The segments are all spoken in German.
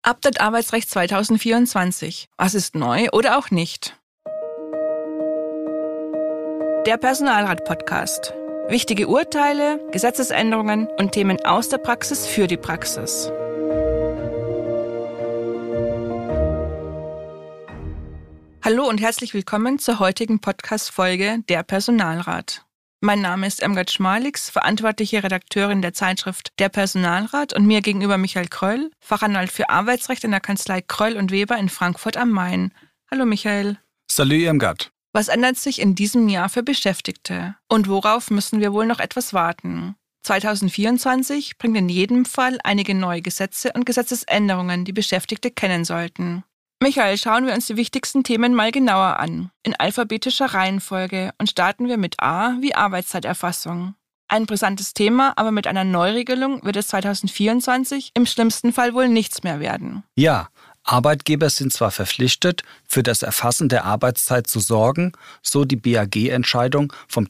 Update Arbeitsrecht 2024. Was ist neu oder auch nicht? Der Personalrat-Podcast. Wichtige Urteile, Gesetzesänderungen und Themen aus der Praxis für die Praxis. Hallo und herzlich willkommen zur heutigen Podcast-Folge Der Personalrat. Mein Name ist Emgard Schmalix, verantwortliche Redakteurin der Zeitschrift Der Personalrat und mir gegenüber Michael Kröll, Fachanwalt für Arbeitsrecht in der Kanzlei Kröll und Weber in Frankfurt am Main. Hallo Michael. Salut Emgard. Was ändert sich in diesem Jahr für Beschäftigte? Und worauf müssen wir wohl noch etwas warten? 2024 bringt in jedem Fall einige neue Gesetze und Gesetzesänderungen, die Beschäftigte kennen sollten. Michael, schauen wir uns die wichtigsten Themen mal genauer an, in alphabetischer Reihenfolge, und starten wir mit A wie Arbeitszeiterfassung. Ein brisantes Thema, aber mit einer Neuregelung wird es 2024 im schlimmsten Fall wohl nichts mehr werden. Ja, Arbeitgeber sind zwar verpflichtet, für das Erfassen der Arbeitszeit zu sorgen, so die BAG-Entscheidung vom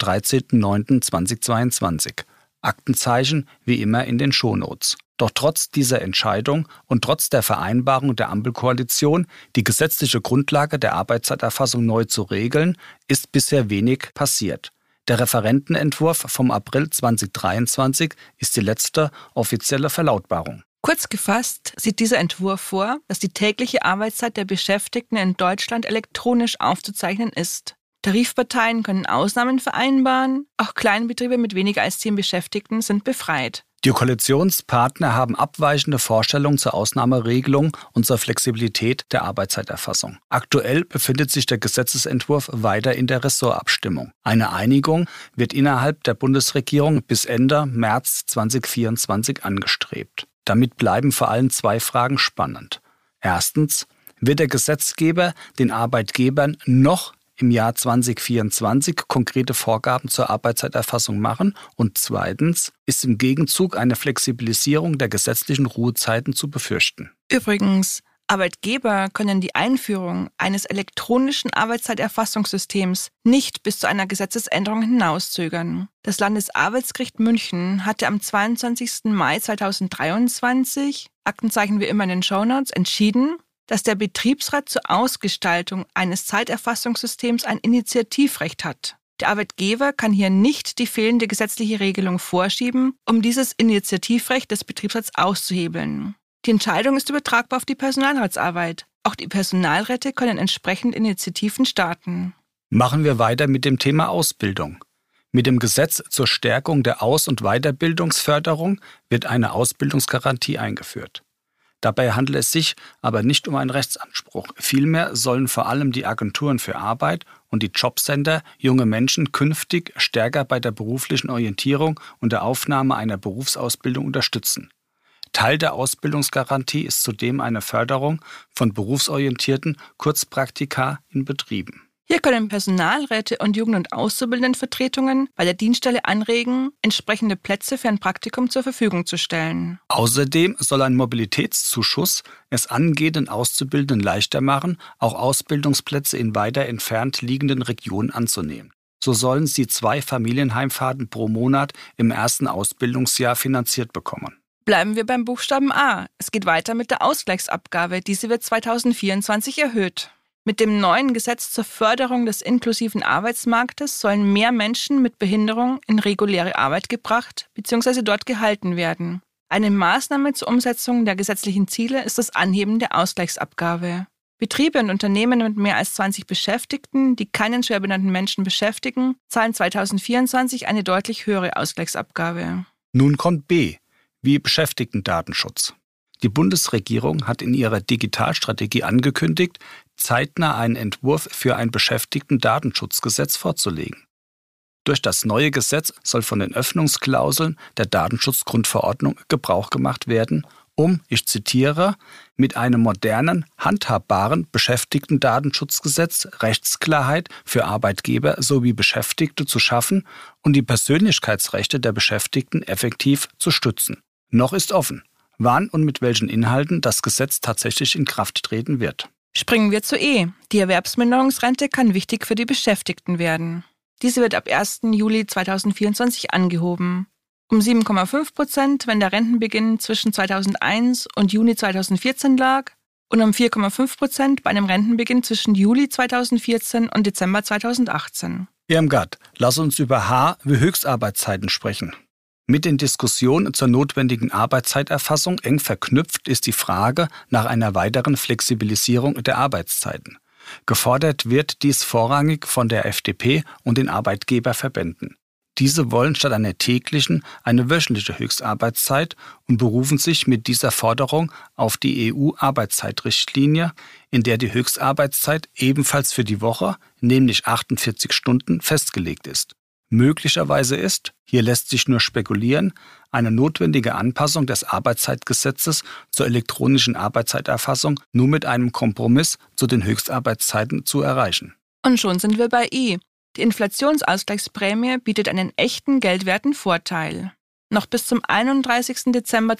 13.09.2022. Aktenzeichen wie immer in den Shownotes. Doch trotz dieser Entscheidung und trotz der Vereinbarung der Ampelkoalition, die gesetzliche Grundlage der Arbeitszeiterfassung neu zu regeln, ist bisher wenig passiert. Der Referentenentwurf vom April 2023 ist die letzte offizielle Verlautbarung. Kurz gefasst sieht dieser Entwurf vor, dass die tägliche Arbeitszeit der Beschäftigten in Deutschland elektronisch aufzuzeichnen ist. Tarifparteien können Ausnahmen vereinbaren, auch Kleinbetriebe mit weniger als 10 Beschäftigten sind befreit. Die Koalitionspartner haben abweichende Vorstellungen zur Ausnahmeregelung und zur Flexibilität der Arbeitszeiterfassung. Aktuell befindet sich der Gesetzesentwurf weiter in der Ressortabstimmung. Eine Einigung wird innerhalb der Bundesregierung bis Ende März 2024 angestrebt. Damit bleiben vor allem 2 Fragen spannend. Erstens, wird der Gesetzgeber den Arbeitgebern noch im Jahr 2024 konkrete Vorgaben zur Arbeitszeiterfassung machen? Und zweitens, ist im Gegenzug eine Flexibilisierung der gesetzlichen Ruhezeiten zu befürchten? Übrigens, Arbeitgeber können die Einführung eines elektronischen Arbeitszeiterfassungssystems nicht bis zu einer Gesetzesänderung hinauszögern. Das Landesarbeitsgericht München hatte am 22. Mai 2023, Aktenzeichen wie immer in den Shownotes, entschieden, dass der Betriebsrat zur Ausgestaltung eines Zeiterfassungssystems ein Initiativrecht hat. Der Arbeitgeber kann hier nicht die fehlende gesetzliche Regelung vorschieben, um dieses Initiativrecht des Betriebsrats auszuhebeln. Die Entscheidung ist übertragbar auf die Personalratsarbeit. Auch die Personalräte können entsprechend Initiativen starten. Machen wir weiter mit dem Thema Ausbildung. Mit dem Gesetz zur Stärkung der Aus- und Weiterbildungsförderung wird eine Ausbildungsgarantie eingeführt. Dabei handelt es sich aber nicht um einen Rechtsanspruch. Vielmehr sollen vor allem die Agenturen für Arbeit und die Jobcenter junge Menschen künftig stärker bei der beruflichen Orientierung und der Aufnahme einer Berufsausbildung unterstützen. Teil der Ausbildungsgarantie ist zudem eine Förderung von berufsorientierten Kurzpraktika in Betrieben. Hier können Personalräte und Jugend- und Auszubildendenvertretungen bei der Dienststelle anregen, entsprechende Plätze für ein Praktikum zur Verfügung zu stellen. Außerdem soll ein Mobilitätszuschuss es angehenden Auszubildenden leichter machen, auch Ausbildungsplätze in weiter entfernt liegenden Regionen anzunehmen. So sollen sie 2 Familienheimfahrten pro Monat im ersten Ausbildungsjahr finanziert bekommen. Bleiben wir beim Buchstaben A. Es geht weiter mit der Ausgleichsabgabe. Diese wird 2024 erhöht. Mit dem neuen Gesetz zur Förderung des inklusiven Arbeitsmarktes sollen mehr Menschen mit Behinderung in reguläre Arbeit gebracht bzw. dort gehalten werden. Eine Maßnahme zur Umsetzung der gesetzlichen Ziele ist das Anheben der Ausgleichsabgabe. Betriebe und Unternehmen mit mehr als 20 Beschäftigten, die keinen schwer behinderten Menschen beschäftigen, zahlen 2024 eine deutlich höhere Ausgleichsabgabe. Nun kommt B, wie Beschäftigtendatenschutz. Die Bundesregierung hat in ihrer Digitalstrategie angekündigt, zeitnah einen Entwurf für ein Beschäftigtendatenschutzgesetz vorzulegen. Durch das neue Gesetz soll von den Öffnungsklauseln der Datenschutzgrundverordnung Gebrauch gemacht werden, um, ich zitiere, mit einem modernen, handhabbaren Beschäftigtendatenschutzgesetz Rechtsklarheit für Arbeitgeber sowie Beschäftigte zu schaffen und die Persönlichkeitsrechte der Beschäftigten effektiv zu stützen. Noch ist offen, wann und mit welchen Inhalten das Gesetz tatsächlich in Kraft treten wird. Springen wir zu E. Die Erwerbsminderungsrente kann wichtig für die Beschäftigten werden. Diese wird ab 1. Juli 2024 angehoben. um 7,5%, wenn der Rentenbeginn zwischen 2001 und Juni 2014 lag, und um 4,5% bei einem Rentenbeginn zwischen Juli 2014 und Dezember 2018. Irmgard, lass uns über H wie Höchstarbeitszeiten sprechen. Mit den Diskussionen zur notwendigen Arbeitszeiterfassung eng verknüpft ist die Frage nach einer weiteren Flexibilisierung der Arbeitszeiten. Gefordert wird dies vorrangig von der FDP und den Arbeitgeberverbänden. Diese wollen statt einer täglichen eine wöchentliche Höchstarbeitszeit und berufen sich mit dieser Forderung auf die EU-Arbeitszeitrichtlinie, in der die Höchstarbeitszeit ebenfalls für die Woche, nämlich 48 Stunden, festgelegt ist. Möglicherweise ist, hier lässt sich nur spekulieren, eine notwendige Anpassung des Arbeitszeitgesetzes zur elektronischen Arbeitszeiterfassung nur mit einem Kompromiss zu den Höchstarbeitszeiten zu erreichen. Und schon sind wir bei I. Die Inflationsausgleichsprämie bietet einen echten geldwerten Vorteil. Noch bis zum 31. Dezember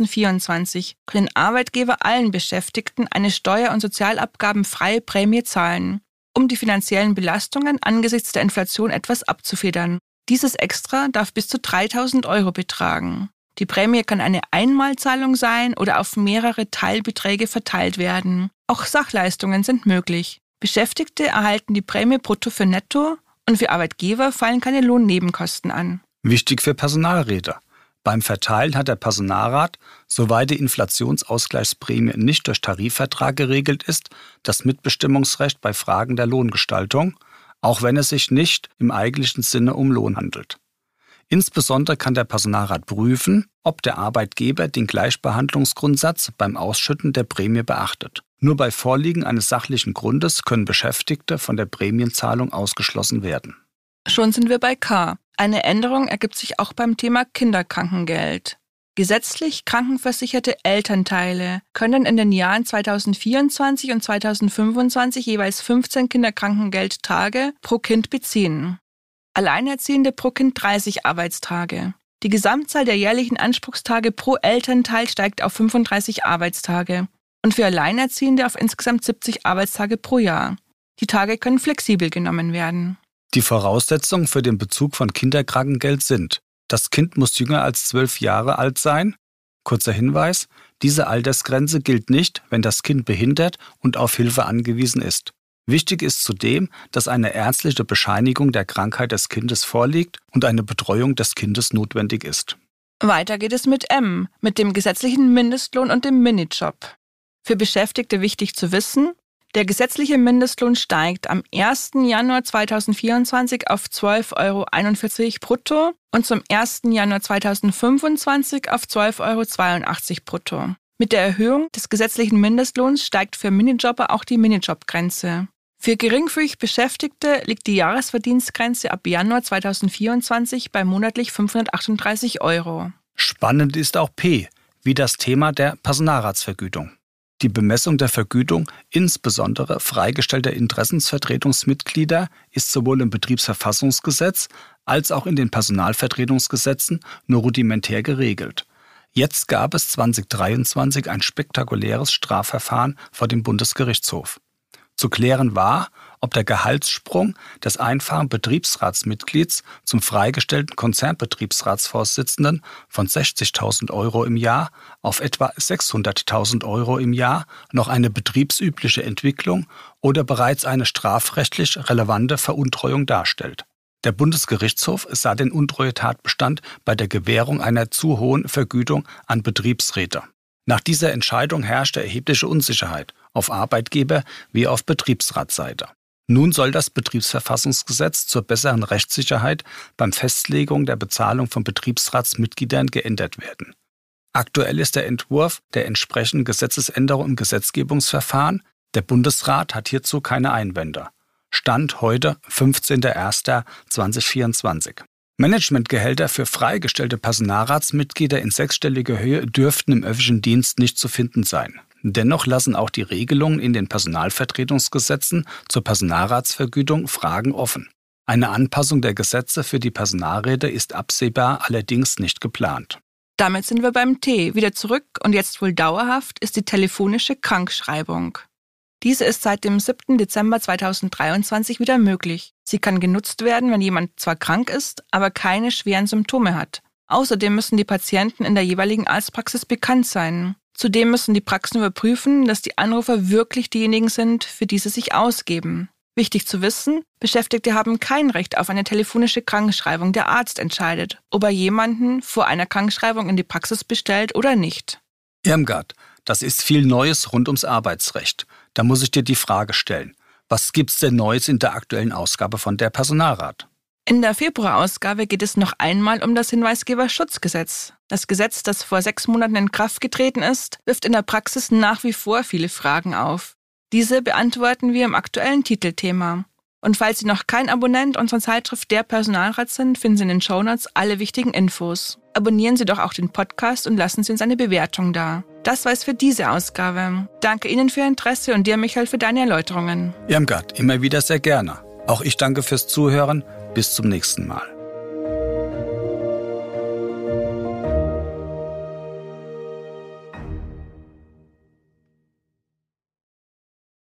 2024 können Arbeitgeber allen Beschäftigten eine steuer- und sozialabgabenfreie Prämie zahlen, um die finanziellen Belastungen angesichts der Inflation etwas abzufedern. Dieses Extra darf bis zu 3.000 € betragen. Die Prämie kann eine Einmalzahlung sein oder auf mehrere Teilbeträge verteilt werden. Auch Sachleistungen sind möglich. Beschäftigte erhalten die Prämie brutto für netto und für Arbeitgeber fallen keine Lohnnebenkosten an. Wichtig für Personalräte. Beim Verteilen hat der Personalrat, soweit die Inflationsausgleichsprämie nicht durch Tarifvertrag geregelt ist, das Mitbestimmungsrecht bei Fragen der Lohngestaltung, auch wenn es sich nicht im eigentlichen Sinne um Lohn handelt. Insbesondere kann der Personalrat prüfen, ob der Arbeitgeber den Gleichbehandlungsgrundsatz beim Ausschütten der Prämie beachtet. Nur bei Vorliegen eines sachlichen Grundes können Beschäftigte von der Prämienzahlung ausgeschlossen werden. Schon sind wir bei K. Eine Änderung ergibt sich auch beim Thema Kinderkrankengeld. Gesetzlich krankenversicherte Elternteile können in den Jahren 2024 und 2025 jeweils 15 Kinderkrankengeldtage pro Kind beziehen. Alleinerziehende pro Kind 30 Arbeitstage. Die Gesamtzahl der jährlichen Anspruchstage pro Elternteil steigt auf 35 Arbeitstage und für Alleinerziehende auf insgesamt 70 Arbeitstage pro Jahr. Die Tage können flexibel genommen werden. Die Voraussetzungen für den Bezug von Kinderkrankengeld sind: Das Kind muss jünger als 12 Jahre alt sein. Kurzer Hinweis: Diese Altersgrenze gilt nicht, wenn das Kind behindert und auf Hilfe angewiesen ist. Wichtig ist zudem, dass eine ärztliche Bescheinigung der Krankheit des Kindes vorliegt und eine Betreuung des Kindes notwendig ist. Weiter geht es mit M, mit dem gesetzlichen Mindestlohn und dem Minijob. Für Beschäftigte wichtig zu wissen: Der gesetzliche Mindestlohn steigt am 1. Januar 2024 auf 12,41 € brutto und zum 1. Januar 2025 auf 12,82 € brutto. Mit der Erhöhung des gesetzlichen Mindestlohns steigt für Minijobber auch die Minijobgrenze. Für geringfügig Beschäftigte liegt die Jahresverdienstgrenze ab Januar 2024 bei monatlich 538 €. Spannend ist auch P, wie das Thema der Personalratsvergütung. Die Bemessung der Vergütung, insbesondere freigestellter Interessensvertretungsmitglieder, ist sowohl im Betriebsverfassungsgesetz als auch in den Personalvertretungsgesetzen nur rudimentär geregelt. Jetzt gab es 2023 ein spektakuläres Strafverfahren vor dem Bundesgerichtshof. Zu klären war, ob der Gehaltssprung des einfachen Betriebsratsmitglieds zum freigestellten Konzernbetriebsratsvorsitzenden von 60.000 € im Jahr auf etwa 600.000 € im Jahr noch eine betriebsübliche Entwicklung oder bereits eine strafrechtlich relevante Veruntreuung darstellt. Der Bundesgerichtshof sah den Untreue-Tatbestand bei der Gewährung einer zu hohen Vergütung an Betriebsräte. Nach dieser Entscheidung herrschte erhebliche Unsicherheit auf Arbeitgeber- wie auf Betriebsratsseite. Nun soll das Betriebsverfassungsgesetz zur besseren Rechtssicherheit beim Festlegung der Bezahlung von Betriebsratsmitgliedern geändert werden. Aktuell ist der Entwurf der entsprechenden Gesetzesänderung im Gesetzgebungsverfahren. Der Bundesrat hat hierzu keine Einwände. Stand heute 15.01.2024. Managementgehälter für freigestellte Personalratsmitglieder in sechsstelliger Höhe dürften im öffentlichen Dienst nicht zu finden sein. Dennoch lassen auch die Regelungen in den Personalvertretungsgesetzen zur Personalratsvergütung Fragen offen. Eine Anpassung der Gesetze für die Personalräte ist absehbar allerdings nicht geplant. Damit sind wir beim T. Wieder zurück und jetzt wohl dauerhaft ist die telefonische Krankschreibung. Diese ist seit dem 7. Dezember 2023 wieder möglich. Sie kann genutzt werden, wenn jemand zwar krank ist, aber keine schweren Symptome hat. Außerdem müssen die Patienten in der jeweiligen Arztpraxis bekannt sein. Zudem müssen die Praxen überprüfen, dass die Anrufer wirklich diejenigen sind, für die sie sich ausgeben. Wichtig zu wissen, Beschäftigte haben kein Recht auf eine telefonische Krankschreibung. Der Arzt entscheidet, ob er jemanden vor einer Krankschreibung in die Praxis bestellt oder nicht. Irmgard, das ist viel Neues rund ums Arbeitsrecht. Da muss ich dir die Frage stellen. Was gibt's denn Neues in der aktuellen Ausgabe von der Personalrat? In der Februarausgabe geht es noch einmal um das Hinweisgeberschutzgesetz. Das Gesetz, das vor 6 Monaten in Kraft getreten ist, wirft in der Praxis nach wie vor viele Fragen auf. Diese beantworten wir im aktuellen Titelthema. Und falls Sie noch kein Abonnent unserer Zeitschrift Der Personalrat sind, finden Sie in den Shownotes alle wichtigen Infos. Abonnieren Sie doch auch den Podcast und lassen Sie uns eine Bewertung da. Das war es für diese Ausgabe. Danke Ihnen für Ihr Interesse und dir, Michael, für deine Erläuterungen. Irmgard, immer wieder sehr gerne. Auch ich danke fürs Zuhören. Bis zum nächsten Mal.